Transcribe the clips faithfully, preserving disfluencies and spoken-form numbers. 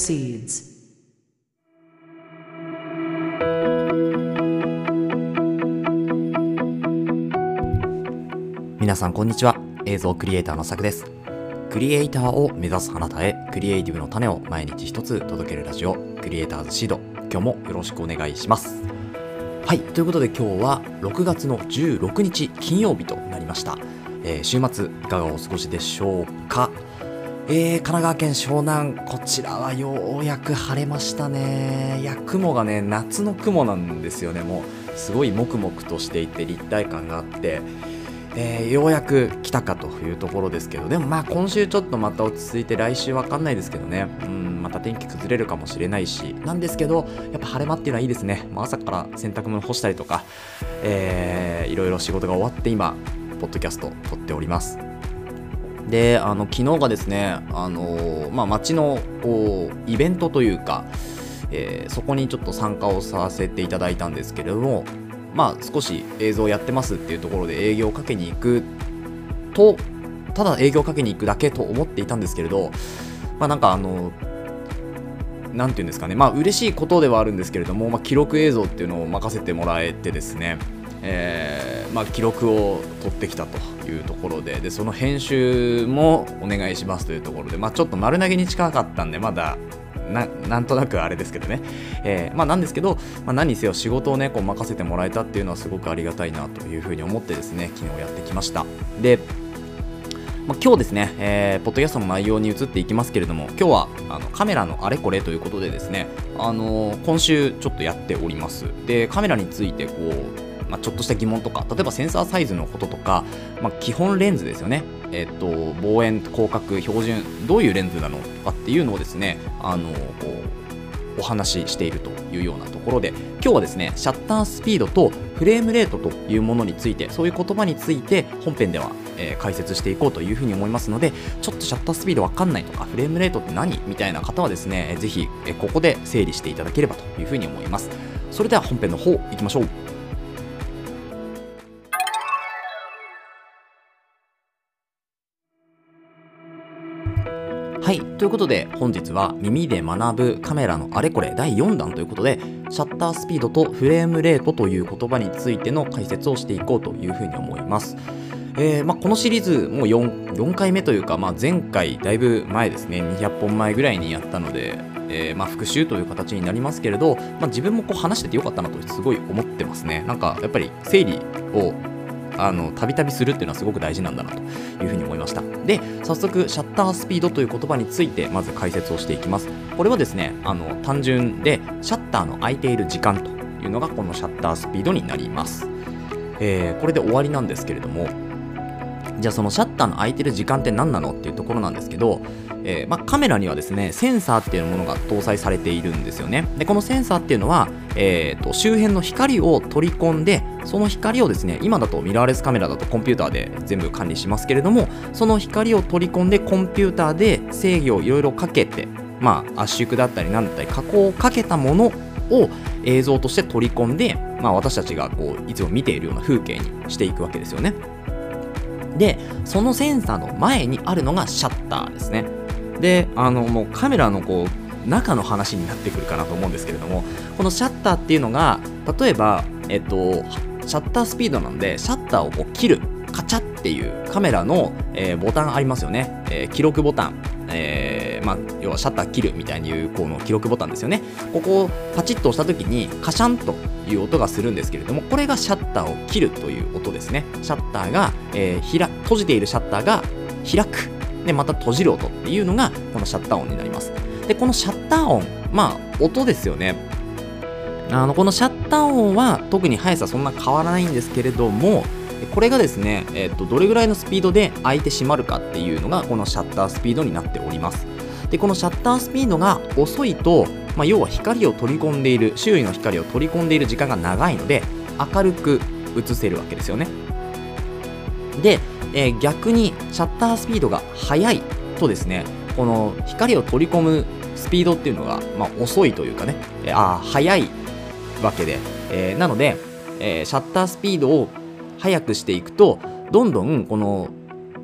proceeds. 皆さんこんにちは。映像クリエイターのさくです。クリエイターを目指すあなたへ、クリエイティブの種を毎日一つ届けるラジオ、クリエイターズシード。今日もよろしくお願いします。はい、ということで今日はろくがつのじゅうろくにち金曜日となりました。えー、週末いかがお過ごしでしょうか。えー、神奈川県湘南、こちらはようやく晴れましたね。いや、雲がね、夏の雲なんですよね。もうすごいもくもくとしていて立体感があって、えー、ようやく来たかというところですけど、でもまあ今週ちょっとまた落ち着いて、来週わかんないですけどね、うんまた天気崩れるかもしれないしなんですけど、やっぱ晴れ間っていうのはいいですね。まあ、朝から洗濯物干したりとか、えー、いろいろ仕事が終わって今ポッドキャスト撮っております。で、あの昨日がですね、あのー、まあ街のイベントというか、えー、そこにちょっと参加をさせていただいたんですけれども、まあ少し映像やってますっていうところで営業をかけに行くと、ただ営業をかけに行くだけと思っていたんですけれど、まあなんかあのなんていうんですかね、まあ嬉しいことではあるんですけれども、まあ、記録映像っていうのを任せてもらえてですね、えーまあ、記録を取ってきたというところで、でその編集もお願いしますというところで、まあ、ちょっと丸投げに近かったんでまだ な, なんとなくあれですけどね、えーまあ、なんですけど、まあ、何にせよ仕事をねこう任せてもらえたっていうのはすごくありがたいなというふうに思ってですね、昨日やってきました。でまあ、今日ですね、えー、ポッドキャストの内容に移っていきますけれども、今日はあのカメラのあれこれということでですね、あのー、今週ちょっとやっております。でカメラについてこう、まあ、ちょっとした疑問とか、例えばセンサーサイズのこととか、まあ、基本レンズですよね、えっと望遠、広角、標準、どういうレンズなのとかっていうのをですね、あのー、こうお話ししているというようなところで、今日はですねシャッタースピードとフレームレートというものについて、そういう言葉について本編では、えー、解説していこうというふうに思いますので、ちょっとシャッタースピードわかんないとかフレームレートって何みたいな方はですね、ぜひ、えー、ここで整理していただければというふうに思います。それでは本編の方行きましょう。はい、ということで本日は耳で学ぶカメラのあれこれだいよんだんということで、シャッタースピードとフレームレートという言葉についての解説をしていこうというふうに思います。えーまあ、このシリーズもう 4, よんかいめというか、まあ、前回だいぶ前ですね、にひゃっぽんまえぐらいにやったので、えーまあ、復習という形になりますけれど、まあ、自分もこう話しててよかったなとすごい思ってますね。なんかやっぱり整理をあのたびたびするっていうのはすごく大事なんだなというふうに思いました。で、早速シャッタースピードという言葉についてまず解説をしていきます。これはですね、あの単純でシャッターの開いている時間というのがこのシャッタースピードになります。えー、これで終わりなんですけれども、じゃあそのシャッターの開いてる時間って何なのっていうところなんですけど、えーまあ、カメラにはですねセンサーっていうものが搭載されているんですよね。でこのセンサーっていうのは、えー、と周辺の光を取り込んで、その光をですね、今だとミラーレスカメラだとコンピューターで全部管理しますけれども、その光を取り込んでコンピューターで制御をいろいろかけて、まあ、圧縮だったりなんだったり加工をかけたものを映像として取り込んで、まあ、私たちがこういつも見ているような風景にしていくわけですよね。でそのセンサーの前にあるのがシャッターですね。であのもうカメラのこう中の話になってくるかなと思うんですけれども、このシャッターっていうのが例えば、えっと、シャッタースピードなんで、シャッターをこう切るカチャっていうカメラの、えー、ボタンありますよね、えー、記録ボタン、えーまあ、要はシャッター切るみたいにいうこの記録ボタンですよね。ここをパチッと押した時にカシャンという音がするんですけれども、これがシャッターを切るという音ですね。シャッターが、えー、ひら閉じているシャッターが開くでまた閉じる音っていうのがこのシャッター音になります。でこのシャッター音、まあ音ですよね。あのこのシャッター音は特に速さそんな変わらないんですけれども、これがですね、えー、とどれぐらいのスピードで開いて閉まるかっていうのがこのシャッタースピードになっております。でこのシャッタースピードが遅いと、まあ、要は光を取り込んでいる周囲の光を取り込んでいる時間が長いので明るく映せるわけですよね。で、えー、逆にシャッタースピードが速いとですね、この光を取り込むスピードっていうのが、まあ、遅いというかね、えー、あ速いわけで、えー、なので、えー、シャッタースピードを速くしていくとどんどんこの、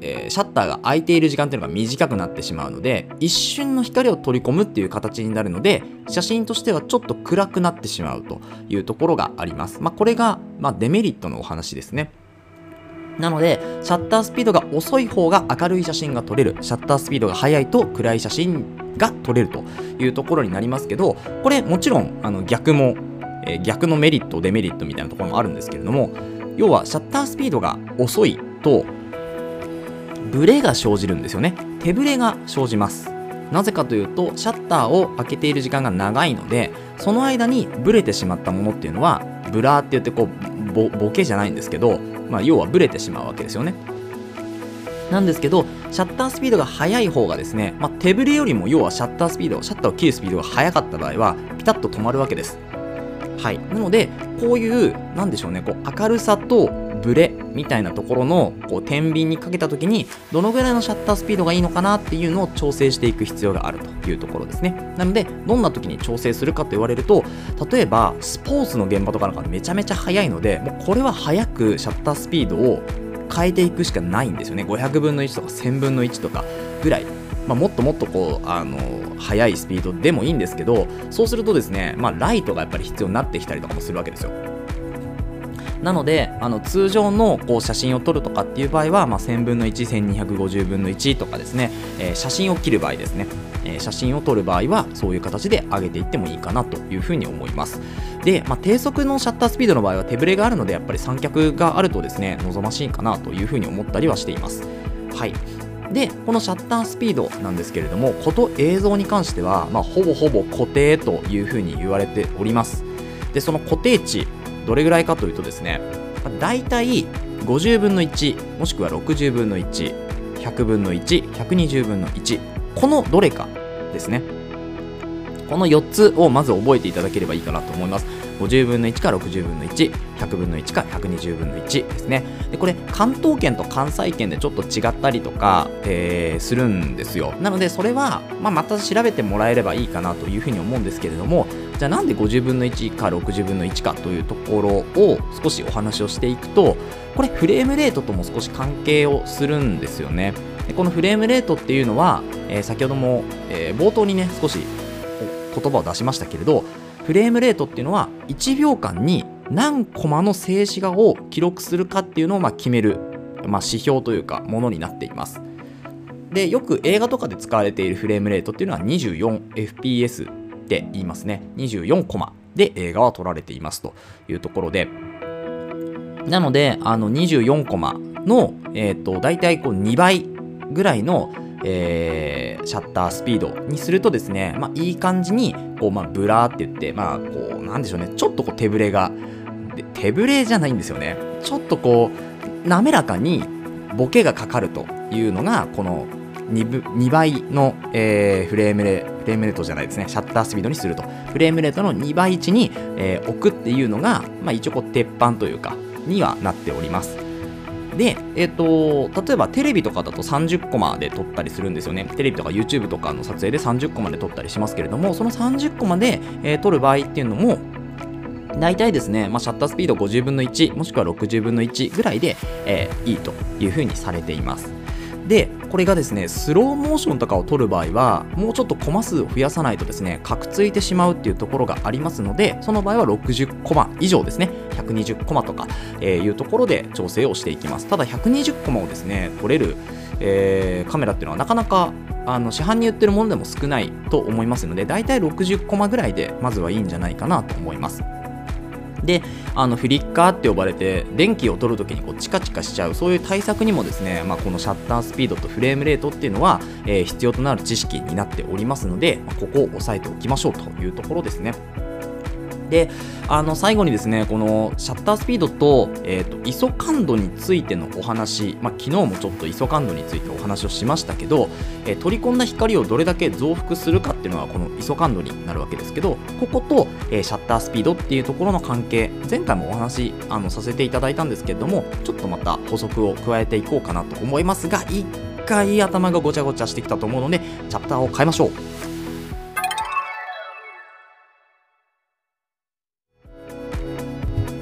えー、シャッターが開いている時間っていうのが短くなってしまうので、一瞬の光を取り込むっていう形になるので、写真としてはちょっと暗くなってしまうというところがあります。まあ、これが、まあ、デメリットのお話ですね。なので、シャッタースピードが遅い方が明るい写真が撮れる。シャッタースピードが速いと暗い写真が撮れるというところになりますけど、これもちろんあの逆も、えー、逆のメリット、デメリットみたいなところもあるんですけれども、要はシャッタースピードが遅いと、ブレが生じるんですよね。手ブレが生じます。なぜかというと、シャッターを開けている時間が長いので、その間にブレてしまったものっていうのは、ブラーって言ってこう、ボ、ボケじゃないんですけど、まあ、要はブレてしまうわけですよね。なんですけど、シャッタースピードが速い方がですね、まあ、手ブレよりも要はシャッタースピード、シャッターを切るスピードが速かった場合は、ピタッと止まるわけです。はい。なので、こういう、なんでしょうね、こう明るさとブレみたいなところのこう天秤にかけたときに、どのぐらいのシャッタースピードがいいのかなっていうのを調整していく必要があるというところですね。なので、どんな時に調整するかと言われると、例えば、スポーツの現場とかなんかめちゃめちゃ速いので、もうこれは速くシャッタースピードを変えていくしかないんですよね。ごひゃくぶんのいちとかせんぶんのいちとかぐらい。まあ、もっともっとこう、あの、速いスピードでもいいんですけど、そうするとですね、まあ、ライトがやっぱり必要になってきたりとかもするわけですよ。なので、あの通常のこう写真を撮るとかっていう場合は、まあ、せんぶんのいち、せんにひゃくごじゅうぶんのいちとかですね、えー、写真を切る場合ですね、えー、写真を撮る場合はそういう形で上げていってもいいかなというふうに思います。で、まあ、低速のシャッタースピードの場合は手ブレがあるので、やっぱり三脚があるとですね、望ましいかなというふうに思ったりはしています。はい。で、このシャッタースピードなんですけれども、こと映像に関しては、まあ、ほぼほぼ固定というふうに言われております。で、その固定値、どれぐらいかというとですね、だいたいごじゅうぶんのいち、もしくはろくじゅうぶんのいち、ひゃくぶんのいち、ひゃくにじゅうぶんのいち、このどれかですね。このよっつをまず覚えていただければいいかなと思います。ごじゅうぶんのいちかろくじゅうぶんのいち、ひゃくぶんのいちかひゃくにじゅうぶんのいちですね。で、これ関東圏と関西圏でちょっと違ったりとか、えー、するんですよ。なのでそれは、まあ、また調べてもらえればいいかなというふうに思うんですけれども、じゃあなんでごじゅうぶんのいちかろくじゅうぶんのいちかというところを少しお話をしていくと、これフレームレートとも少し関係をするんですよね。で、このフレームレートっていうのは、えー、先ほども、えー、冒頭にね少し言葉を出しましたけれど、フレームレートっていうのはいちびょうかんに何コマの静止画を記録するかっていうのをまあ決める、まあ、指標というかものになっています。で、よく映画とかで使われているフレームレートっていうのは にじゅうよんエフピーエス って言いますね。にじゅうよんコマで映画は撮られていますというところで、なのであのにじゅうよんコマの、えー、と大体こうにばいぐらいのえー、シャッタースピードにするとですね、まあ、いい感じにこう、まあ、ブラーって言って、まあ、こうなんでしょうね、ちょっとこう手ブレがで手ブレじゃないんですよね。ちょっとこう滑らかにボケがかかるというのがこの 2, にばいの、えー、フレームレフレームレートじゃないですね、シャッタースピードにするとフレームレートのにばい値に、えー、置くっていうのが、まあ、一応こう鉄板というかにはなっております。で、えっと、例えばテレビとかだとさんじゅっコマで撮ったりするんですよね。テレビとか YouTube とかの撮影でさんじゅっコマで撮ったりしますけれども、そのさんじゅっコマで、えー、撮る場合っていうのも、大体ですね、まあ、シャッタースピードごじゅうぶんのいちもしくはろくじゅうぶんのいちぐらいで、えー、いいというふうにされています。で、これがですね、スローモーションとかを撮る場合は、もうちょっとコマ数を増やさないとですね、かくついてしまうっていうところがありますので、その場合はろくじゅっコマ以上ですね、ひゃくにじゅっコマとか、えー、いうところで調整をしていきます。ただひゃくにじゅっコマをですね、撮れる、えー、カメラっていうのはなかなかあの市販に売ってるものでも少ないと思いますので、だいたいろくじゅっコマぐらいでまずはいいんじゃないかなと思います。で、あのフリッカーって呼ばれて電気を取るときにこうチカチカしちゃう、そういう対策にもですね、まあ、このシャッタースピードとフレームレートっていうのは、えー、必要となる知識になっておりますので、まあ、ここを押さえておきましょうというところですね。で、あの最後にですね、このシャッタースピードと、えーと、イソ感度についてのお話、まあ、昨日もちょっとイソ感度についてお話をしましたけど、えー、取り込んだ光をどれだけ増幅するかっていうのはこのイソ感度になるわけですけど、ここと、えー、シャッタースピードっていうところの関係、前回もお話あのさせていただいたんですけれども、ちょっとまた補足を加えていこうかなと思いますが、一回頭がごちゃごちゃしてきたと思うのでチャプターを変えましょう。は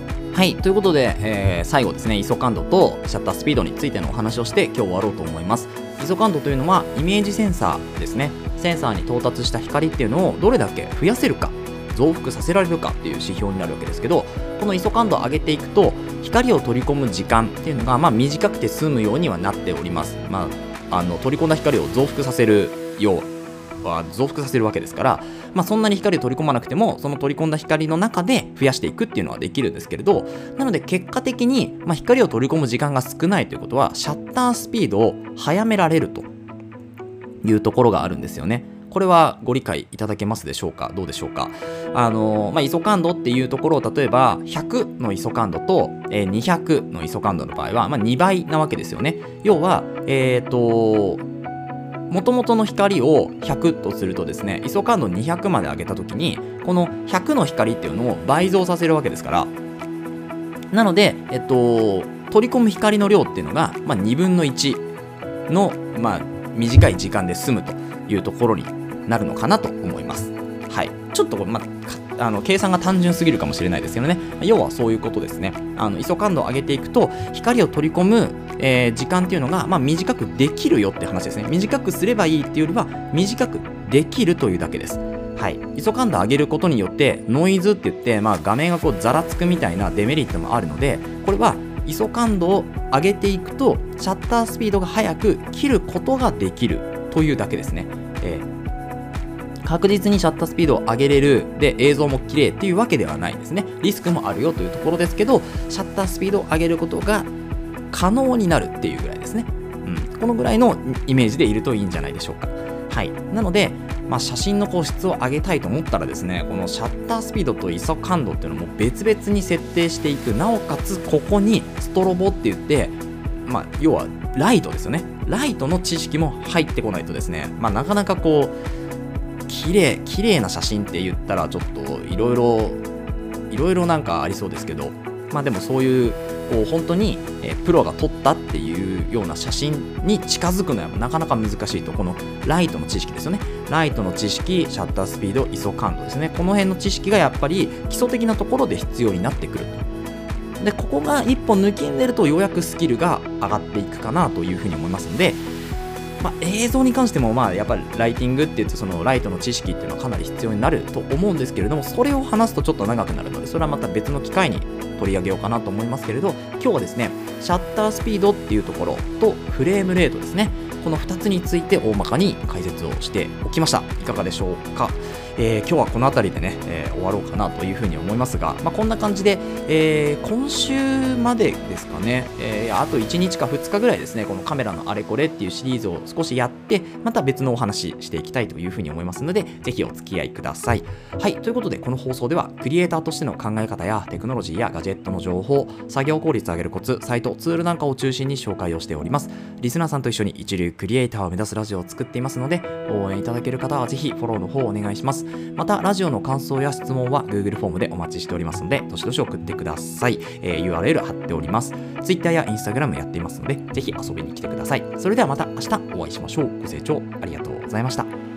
はい、ということで、えー、最後ですね、イソ感度とシャッタースピードについてのお話をして今日終わろうと思います。イソ感度というのはイメージセンサーですね。センサーに到達した光っていうのをどれだけ増やせるか、増幅させられるかっていう指標になるわけですけど、このイソ感度を上げていくと光を取り込む時間っていうのがまあ短くて済むようにはなっております。まあ、あの取り込んだ光を増幅させるようは増幅させるわけですから、まあ、そんなに光を取り込まなくてもその取り込んだ光の中で増やしていくっていうのはできるんですけれど、なので結果的に、まあ、光を取り込む時間が少ないということはシャッタースピードを速められるというところがあるんですよね。これはご理解いただけますでしょうか。どうでしょうか。あのーまあ、イソ感度っていうところを例えばひゃくのイソ感度と、えー、にひゃくのイソ感度の場合は、まあ、にばいなわけですよね。要はえっと元々の光をひゃくとするとですね、イソ感度にひゃくまで上げたときにこのひゃくの光っていうのを倍増させるわけですから、なので、えっと、取り込む光の量っていうのが、まあ、にぶんのいちの、まあ、短い時間で済むというところになるのかなと思います。はい、ちょっとこれ、まあ、あの計算が単純すぎるかもしれないですけどね、要はそういうことですね。あのイソ感度を上げていくと光を取り込む、えー、時間っていうのが、まあ、短くできるよって話ですね。短くすればいいっていうよりは短くできるというだけです。はい、イソ感度を上げることによってノイズって言って、まあ、画面がこうざらつくみたいなデメリットもあるので、これはイソ感度を上げていくとシャッタースピードが速く切ることができるというだけですね。えー確実にシャッタースピードを上げれる、で映像も綺麗っていうわけではないんですね。リスクもあるよというところですけど、シャッタースピードを上げることが可能になるっていうぐらいですね。うん、このぐらいのイメージでいるといいんじゃないでしょうか。はい、なので、まあ、写真のこう質を上げたいと思ったらですね、このシャッタースピードとイソ感度っていうのも別々に設定していく。なおかつここにストロボって言って、まあ、要はライトですよね。ライトの知識も入ってこないとですね、まあ、なかなかこう綺麗綺麗な写真って言ったらちょっといろいろいろいろなんかありそうですけど、まあでもそういうこう本当にえプロが撮ったっていうような写真に近づくのはなかなか難しいと。このライトの知識ですよね。ライトの知識、シャッタースピード、イソ感度ですね。この辺の知識がやっぱり基礎的なところで必要になってくると。でここが一本抜きんでるとようやくスキルが上がっていくかなというふうに思いますので、まあ、映像に関してもまあやっぱりライティングって言ってそのライトの知識っていうのはかなり必要になると思うんですけれども、それを話すとちょっと長くなるので、それはまた別の機会に取り上げようかなと思いますけれど、今日はですねシャッタースピードっていうところとフレームレートですね、このふたつについて大まかに解説をしておきました。いかがでしょうか。えー、今日はこの辺りでね、えー、終わろうかなというふうに思いますが、まあ、こんな感じで、えー、今週までですかね、えー、あといちにちかふつかぐらいですね、このカメラのあれこれっていうシリーズを少しやって、また別のお話していきたいというふうに思いますので、ぜひお付き合いください。はい、ということでこの放送ではクリエイターとしての考え方やテクノロジーやガジェットの情報、作業効率を上げるコツ、サイト、ツールなんかを中心に紹介をしております。リスナーさんと一緒に一流クリエイターを目指すラジオを作っていますので、応援いただける方はぜひフォローの方をお願いします。またラジオの感想や質問は Google フォームでお待ちしておりますので、どしどし送ってください。えー、ユーアールエル 貼っております。Twitter や Instagram やっていますので、ぜひ遊びに来てください。それではまた明日お会いしましょう。ご清聴ありがとうございました。